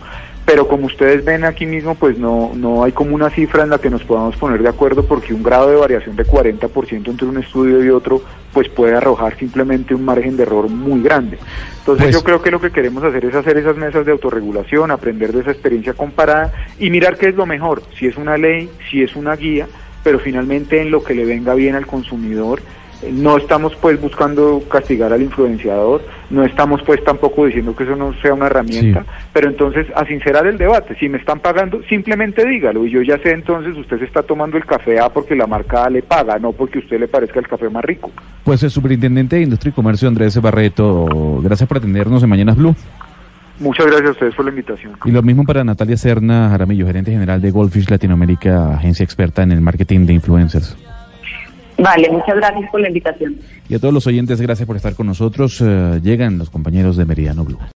pero como ustedes ven aquí mismo, pues no hay como una cifra en la que nos podamos poner de acuerdo, porque un grado de variación de 40% entre un estudio y otro, pues puede arrojar simplemente un margen de error muy grande. Entonces yo creo que lo que queremos hacer es hacer esas mesas de autorregulación, aprender de esa experiencia comparada y mirar qué es lo mejor, si es una ley, si es una guía, pero finalmente en lo que le venga bien al consumidor. No estamos pues buscando castigar al influenciador, no estamos pues tampoco diciendo que eso no sea una herramienta, pero entonces a sincerar el debate, si me están pagando, simplemente dígalo, y yo ya sé entonces usted se está tomando el café A porque la marca A le paga, no porque a usted le parezca el café más rico. Pues el superintendente de Industria y Comercio, Andrés Barreto, gracias por atendernos en Mañanas Blue. Muchas gracias a ustedes por la invitación. Y lo mismo para Natalia Serna Jaramillo, gerente general de Goldfish Latinoamérica, agencia experta en el marketing de influencers. Vale, muchas gracias por la invitación. Y a todos los oyentes, gracias por estar con nosotros. Llegan los compañeros de Meridiano Blue.